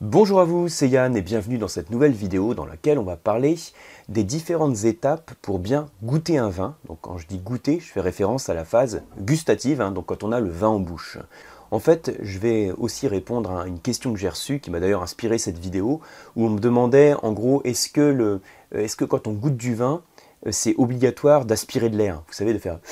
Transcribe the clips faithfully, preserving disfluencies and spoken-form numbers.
Bonjour à vous, c'est Yann et bienvenue dans cette nouvelle vidéo dans laquelle on va parler des différentes étapes pour bien goûter un vin. Donc quand je dis goûter, je fais référence à la phase gustative, hein, donc quand on a le vin en bouche. En fait, je vais aussi répondre à une question que j'ai reçue, qui m'a d'ailleurs inspiré cette vidéo, où on me demandait en gros, est-ce que, le, est-ce que quand on goûte du vin, c'est obligatoire d'aspirer de l'air? Vous savez, de faire...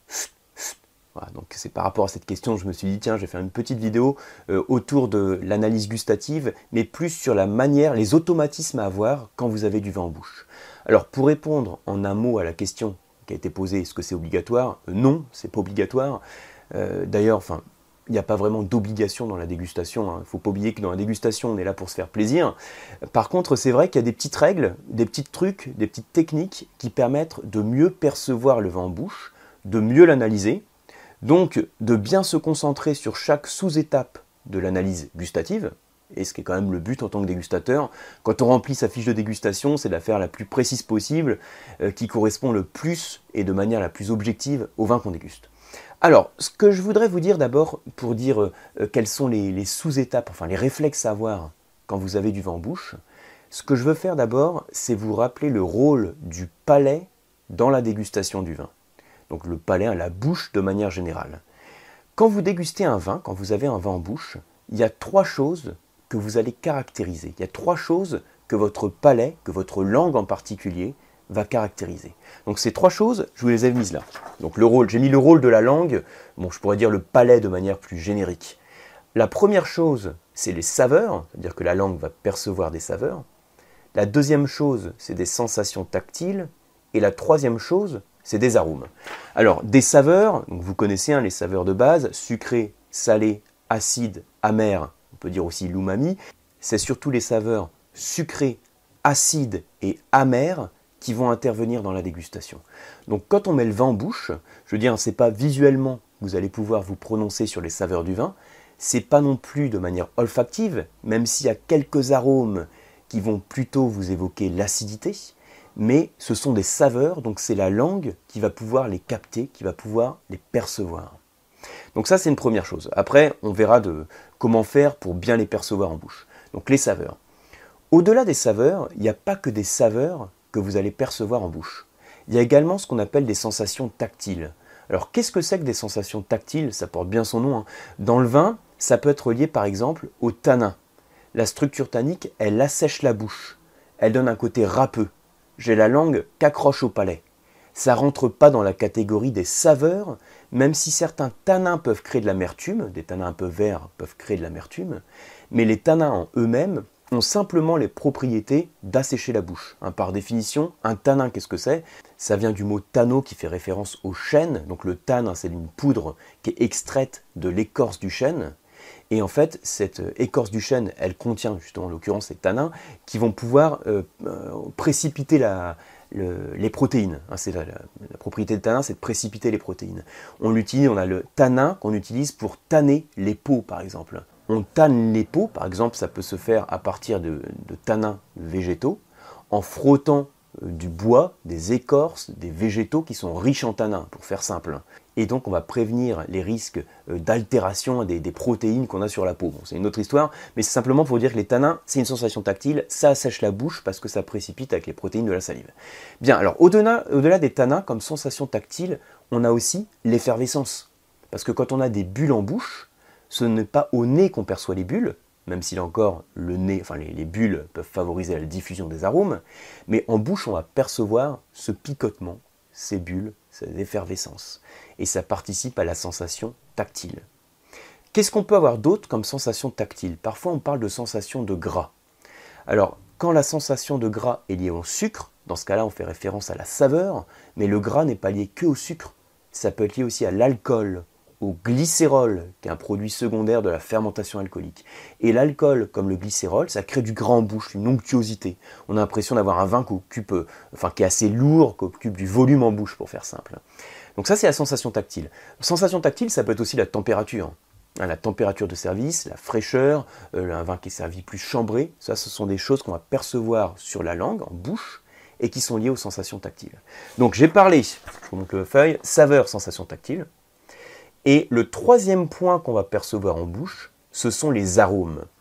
Voilà, donc c'est par rapport à cette question que je me suis dit, tiens, je vais faire une petite vidéo euh, autour de l'analyse gustative, mais plus sur la manière, les automatismes à avoir quand vous avez du vin en bouche. Alors, pour répondre en un mot à la question qui a été posée, est-ce que c'est obligatoire? euh, Non, c'est pas obligatoire. Euh, D'ailleurs, enfin, il n'y a pas vraiment d'obligation dans la dégustation. Il hein. ne faut pas oublier que dans la dégustation, on est là pour se faire plaisir. Par contre, c'est vrai qu'il y a des petites règles, des petits trucs, des petites techniques qui permettent de mieux percevoir le vin en bouche, de mieux l'analyser. Donc, de bien se concentrer sur chaque sous-étape de l'analyse gustative, et ce qui est quand même le but en tant que dégustateur, quand on remplit sa fiche de dégustation, c'est de la faire la plus précise possible, euh, qui correspond le plus et de manière la plus objective au vin qu'on déguste. Alors, ce que je voudrais vous dire d'abord, pour dire euh, quelles sont les, les sous-étapes, enfin les réflexes à avoir quand vous avez du vin en bouche, ce que je veux faire d'abord, c'est vous rappeler le rôle du palais dans la dégustation du vin. Donc le palais, la bouche de manière générale. Quand vous dégustez un vin, quand vous avez un vin en bouche, il y a trois choses que vous allez caractériser. Il y a trois choses que votre palais, que votre langue en particulier, va caractériser. Donc ces trois choses, je vous les ai mises là. Donc le rôle, j'ai mis le rôle de la langue, bon je pourrais dire le palais de manière plus générique. La première chose, c'est les saveurs, c'est-à-dire que la langue va percevoir des saveurs. La deuxième chose, c'est des sensations tactiles. Et la troisième chose, c'est des arômes. Alors, des saveurs, donc vous connaissez hein, les saveurs de base, sucré, salé, acide, amer, on peut dire aussi l'umami. C'est surtout les saveurs sucrées, acides et amères qui vont intervenir dans la dégustation. Donc quand on met le vin en bouche, je veux dire, c'est pas visuellement que vous allez pouvoir vous prononcer sur les saveurs du vin, c'est pas non plus de manière olfactive, même s'il y a quelques arômes qui vont plutôt vous évoquer l'acidité, mais ce sont des saveurs, donc c'est la langue qui va pouvoir les capter, qui va pouvoir les percevoir. Donc ça, c'est une première chose. Après, on verra de comment faire pour bien les percevoir en bouche. Donc les saveurs. Au-delà des saveurs, il n'y a pas que des saveurs que vous allez percevoir en bouche. Il y a également ce qu'on appelle des sensations tactiles. Alors qu'est-ce que c'est que des sensations tactiles? Ça porte bien son nom. Hein. Dans le vin, ça peut être lié par exemple au tanin. La structure tannique, elle assèche la bouche. Elle donne un côté râpeux. J'ai la langue qu'accroche au palais. Ça ne rentre pas dans la catégorie des saveurs, même si certains tanins peuvent créer de l'amertume, des tanins un peu verts peuvent créer de l'amertume, mais les tanins en eux-mêmes ont simplement les propriétés d'assécher la bouche. Hein, par définition, un tanin, qu'est-ce que c'est? Ça vient du mot tanneau qui fait référence au chêne. Donc le tannin, c'est une poudre qui est extraite de l'écorce du chêne. Et en fait, cette écorce du chêne, elle contient justement, en l'occurrence, ces tanins qui vont pouvoir euh, euh, précipiter la, le, les protéines. Hein, c'est la, la, la propriété de tanin, c'est de précipiter les protéines. On l'utilise, on a le tanin qu'on utilise pour tanner les peaux, par exemple. On tanne les peaux, par exemple, ça peut se faire à partir de, de tanins végétaux, en frottant euh, du bois, des écorces, des végétaux qui sont riches en tanins, pour faire simple. Et donc on va prévenir les risques d'altération des, des protéines qu'on a sur la peau. Bon, c'est une autre histoire, mais c'est simplement pour dire que les tanins, c'est une sensation tactile, ça assèche la bouche parce que ça précipite avec les protéines de la salive. Bien, alors au-delà, au-delà des tanins, comme sensation tactile, on a aussi l'effervescence. Parce que quand on a des bulles en bouche, ce n'est pas au nez qu'on perçoit les bulles, même si là encore, le nez, enfin les, les bulles peuvent favoriser la diffusion des arômes, mais en bouche, on va percevoir ce picotement, ces bulles, ces effervescences. Et ça participe à la sensation tactile. Qu'est-ce qu'on peut avoir d'autre comme sensation tactile? Parfois on parle de sensation de gras. Alors quand la sensation de gras est liée au sucre, dans ce cas-là on fait référence à la saveur, mais le gras n'est pas lié que au sucre. Ça peut être lié aussi à l'alcool, au glycérol, qui est un produit secondaire de la fermentation alcoolique. Et l'alcool, comme le glycérol, ça crée du gras en bouche, une onctuosité. On a l'impression d'avoir un vin qui occupe, enfin qui est assez lourd, qui occupe du volume en bouche, pour faire simple. Donc ça, c'est la sensation tactile. Sensation tactile, ça peut être aussi la température. Hein, la température de service, la fraîcheur, euh, un vin qui est servi plus chambré. Ça, ce sont des choses qu'on va percevoir sur la langue, en bouche, et qui sont liées aux sensations tactiles. Donc j'ai parlé, donc le feuille, saveur, sensation tactile. Et le troisième point qu'on va percevoir en bouche, ce sont les arômes.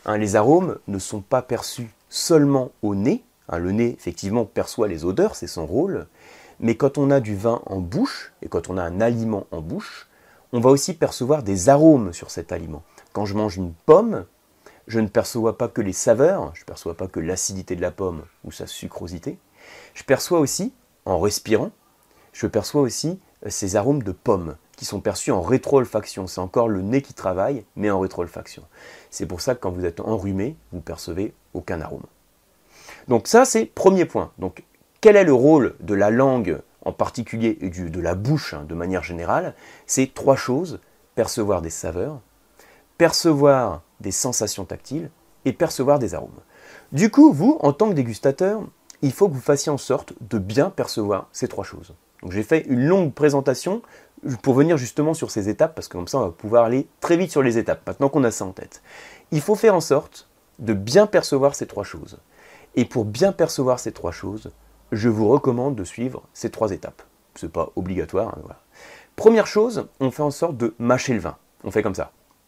Hein, les arômes ne sont pas perçus seulement au nez. Hein, le nez, effectivement, perçoit les odeurs, c'est son rôle. Mais quand on a du vin en bouche, et quand on a un aliment en bouche, on va aussi percevoir des arômes sur cet aliment. Quand je mange une pomme, je ne perçois pas que les saveurs, je ne perçois pas que l'acidité de la pomme ou sa sucrosité. Je perçois aussi, en respirant, je perçois aussi ces arômes de pomme qui sont perçus en rétro-olfaction. C'est encore le nez qui travaille, mais en rétro-olfaction. C'est pour ça que quand vous êtes enrhumé, vous ne percevez aucun arôme. Donc ça, c'est premier point. Donc, quel est le rôle de la langue en particulier et du, de la bouche hein, de manière générale? C'est trois choses: percevoir des saveurs, percevoir des sensations tactiles et percevoir des arômes. Du coup, vous, en tant que dégustateur, il faut que vous fassiez en sorte de bien percevoir ces trois choses. Donc j'ai fait une longue présentation pour venir justement sur ces étapes, parce que comme ça on va pouvoir aller très vite sur les étapes, maintenant qu'on a ça en tête. Il faut faire en sorte de bien percevoir ces trois choses. Et pour bien percevoir ces trois choses, je vous recommande de suivre ces trois étapes. Ce n'est pas obligatoire. Hein, voilà. Première chose, on fait en sorte de mâcher le vin. On fait comme ça.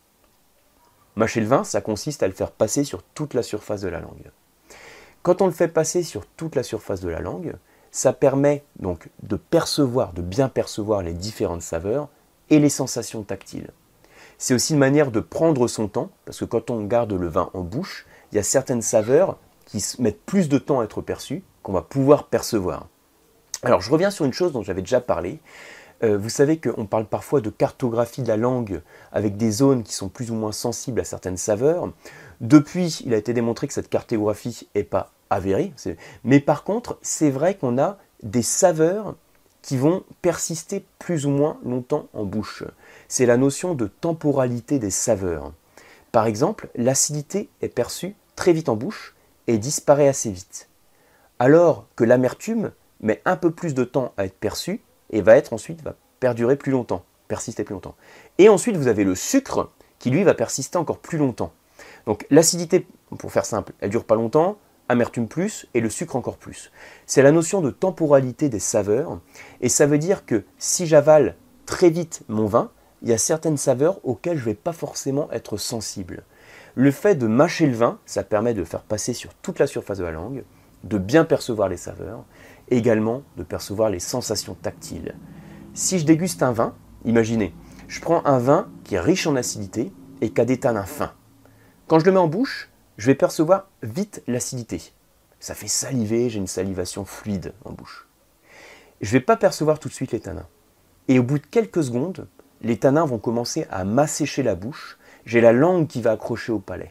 Mâcher le vin, ça consiste à le faire passer sur toute la surface de la langue. Quand on le fait passer sur toute la surface de la langue, ça permet donc de percevoir, de bien percevoir les différentes saveurs et les sensations tactiles. C'est aussi une manière de prendre son temps, parce que quand on garde le vin en bouche, il y a certaines saveurs qui mettent plus de temps à être perçues, qu'on va pouvoir percevoir. Alors je reviens sur une chose dont j'avais déjà parlé. Euh, vous savez qu'on parle parfois de cartographie de la langue avec des zones qui sont plus ou moins sensibles à certaines saveurs. Depuis, il a été démontré que cette cartographie n'est pas avérée. Mais par contre, c'est vrai qu'on a des saveurs qui vont persister plus ou moins longtemps en bouche. C'est la notion de temporalité des saveurs. Par exemple, l'acidité est perçue très vite en bouche et disparaît assez vite. Alors que l'amertume met un peu plus de temps à être perçue et va être ensuite va perdurer plus longtemps, persister plus longtemps. Et ensuite, vous avez le sucre qui, lui, va persister encore plus longtemps. Donc l'acidité, pour faire simple, elle dure pas longtemps, amertume plus et le sucre encore plus. C'est la notion de temporalité des saveurs et ça veut dire que si j'avale très vite mon vin, il y a certaines saveurs auxquelles je ne vais pas forcément être sensible. Le fait de mâcher le vin, ça permet de faire passer sur toute la surface de la langue, de bien percevoir les saveurs, également de percevoir les sensations tactiles. Si je déguste un vin, imaginez, je prends un vin qui est riche en acidité et qui a des tanins fins. Quand je le mets en bouche, je vais percevoir vite l'acidité. Ça fait saliver, j'ai une salivation fluide en bouche. Je ne vais pas percevoir tout de suite les tanins. Et au bout de quelques secondes, les tanins vont commencer à m'assécher la bouche, j'ai la langue qui va accrocher au palais.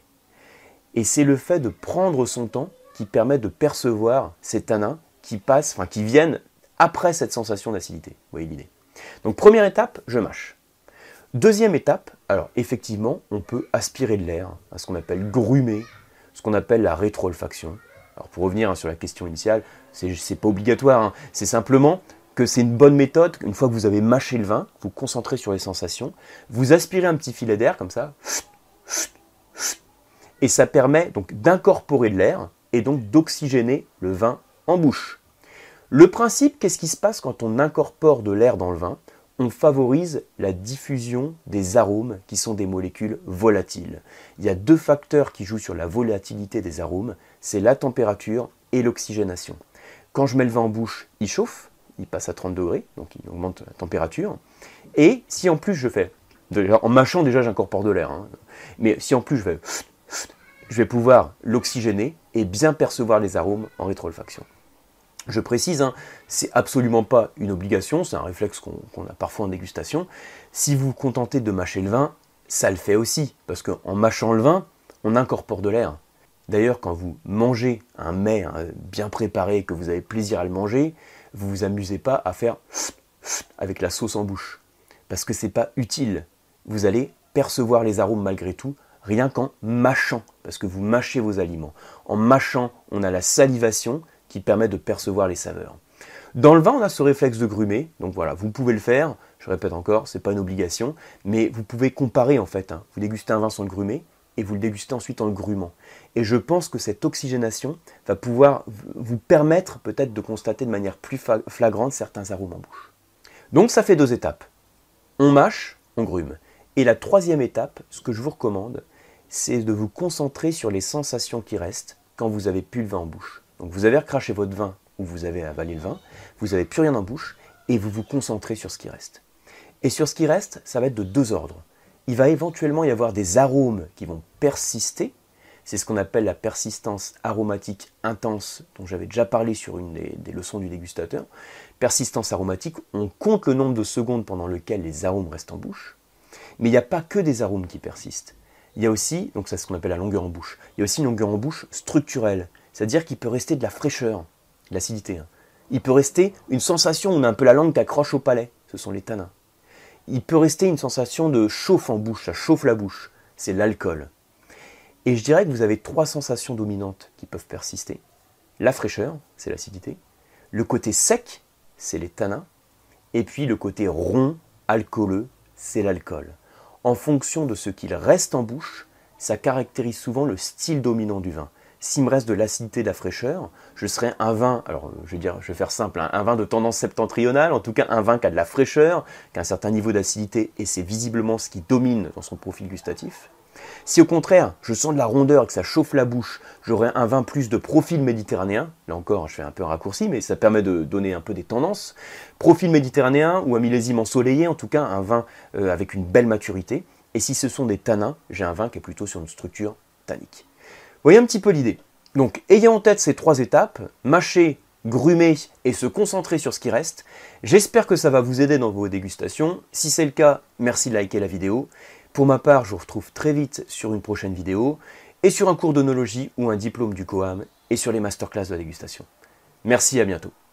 Et c'est le fait de prendre son temps qui permet de percevoir ces tanins qui passent, enfin qui viennent après cette sensation d'acidité. Vous voyez l'idée. Donc première étape, je mâche. Deuxième étape, alors effectivement, on peut aspirer de l'air, à ce qu'on appelle grumer, ce qu'on appelle la rétro-olfaction. Alors pour revenir hein, sur la question initiale, c'est, c'est pas obligatoire, hein, c'est simplement que c'est une bonne méthode, une fois que vous avez mâché le vin, vous concentrez sur les sensations, vous aspirez un petit filet d'air comme ça, et ça permet donc d'incorporer de l'air et donc d'oxygéner le vin en bouche. Le principe, qu'est-ce qui se passe quand on incorpore de l'air dans le vin? On favorise la diffusion des arômes qui sont des molécules volatiles. Il y a deux facteurs qui jouent sur la volatilité des arômes, c'est la température et l'oxygénation. Quand je mets le vin en bouche, il chauffe, il passe à trente degrés, donc il augmente la température. Et si en plus je fais, en mâchant déjà j'incorpore de l'air, hein, mais si en plus je fais, je vais pouvoir l'oxygéner et bien percevoir les arômes en rétro-olfaction. Je précise, hein, c'est absolument pas une obligation, c'est un réflexe qu'on qu'on a parfois en dégustation. Si vous vous contentez de mâcher le vin, ça le fait aussi, parce qu'en mâchant le vin, on incorpore de l'air. D'ailleurs, quand vous mangez un mets hein, bien préparé, que vous avez plaisir à le manger, vous vous amusez pas à faire avec la sauce en bouche, parce que c'est pas utile. Vous allez percevoir les arômes malgré tout, rien qu'en mâchant, parce que vous mâchez vos aliments. En mâchant, on a la salivation qui permet de percevoir les saveurs. Dans le vin, on a ce réflexe de grumer, donc voilà, vous pouvez le faire, je répète encore, c'est pas une obligation, mais vous pouvez comparer en fait. Hein. Vous dégustez un vin sans le grumer, et vous le dégustez ensuite en le grumant. Et je pense que cette oxygénation va pouvoir vous permettre peut-être de constater de manière plus flagrante certains arômes en bouche. Donc ça fait deux étapes. On mâche, on grume. Et la troisième étape, ce que je vous recommande, c'est de vous concentrer sur les sensations qui restent quand vous avez plus le vin en bouche. Donc vous avez recraché votre vin ou vous avez avalé le vin, vous n'avez plus rien en bouche et vous vous concentrez sur ce qui reste. Et sur ce qui reste, ça va être de deux ordres. Il va éventuellement y avoir des arômes qui vont persister. C'est ce qu'on appelle la persistance aromatique intense, dont j'avais déjà parlé sur une des, des leçons du dégustateur. Persistance aromatique, on compte le nombre de secondes pendant lesquelles les arômes restent en bouche. Mais il n'y a pas que des arômes qui persistent. Il y a aussi, donc c'est ce qu'on appelle la longueur en bouche, il y a aussi une longueur en bouche structurelle, c'est-à-dire qu'il peut rester de la fraîcheur, de l'acidité. Hein. Il peut rester une sensation où on a un peu la langue qui accroche au palais, ce sont les tanins. Il peut rester une sensation de chauffe en bouche, ça chauffe la bouche, c'est l'alcool. Et je dirais que vous avez trois sensations dominantes qui peuvent persister. La fraîcheur, c'est l'acidité. Le côté sec, c'est les tanins. Et puis le côté rond, alcooleux, c'est l'alcool. En fonction de ce qu'il reste en bouche, ça caractérise souvent le style dominant du vin. S'il me reste de l'acidité, de la fraîcheur, je serai un vin, alors je vais dire, je vais faire simple, hein, un vin de tendance septentrionale, en tout cas un vin qui a de la fraîcheur, qui a un certain niveau d'acidité, et c'est visiblement ce qui domine dans son profil gustatif. Si au contraire, je sens de la rondeur et que ça chauffe la bouche, j'aurai un vin plus de profil méditerranéen. Là encore, je fais un peu un raccourci, mais ça permet de donner un peu des tendances. Profil méditerranéen ou un millésime ensoleillé, en tout cas un vin euh, avec une belle maturité. Et si ce sont des tanins, j'ai un vin qui est plutôt sur une structure tannique. Vous voyez un petit peu l'idée. Donc, ayant en tête ces trois étapes, mâcher, grumer et se concentrer sur ce qui reste, j'espère que ça va vous aider dans vos dégustations. Si c'est le cas, merci de liker la vidéo. Pour ma part, je vous retrouve très vite sur une prochaine vidéo, et sur un cours d'œnologie ou un diplôme du COAM, et sur les masterclass de la dégustation. Merci, à bientôt.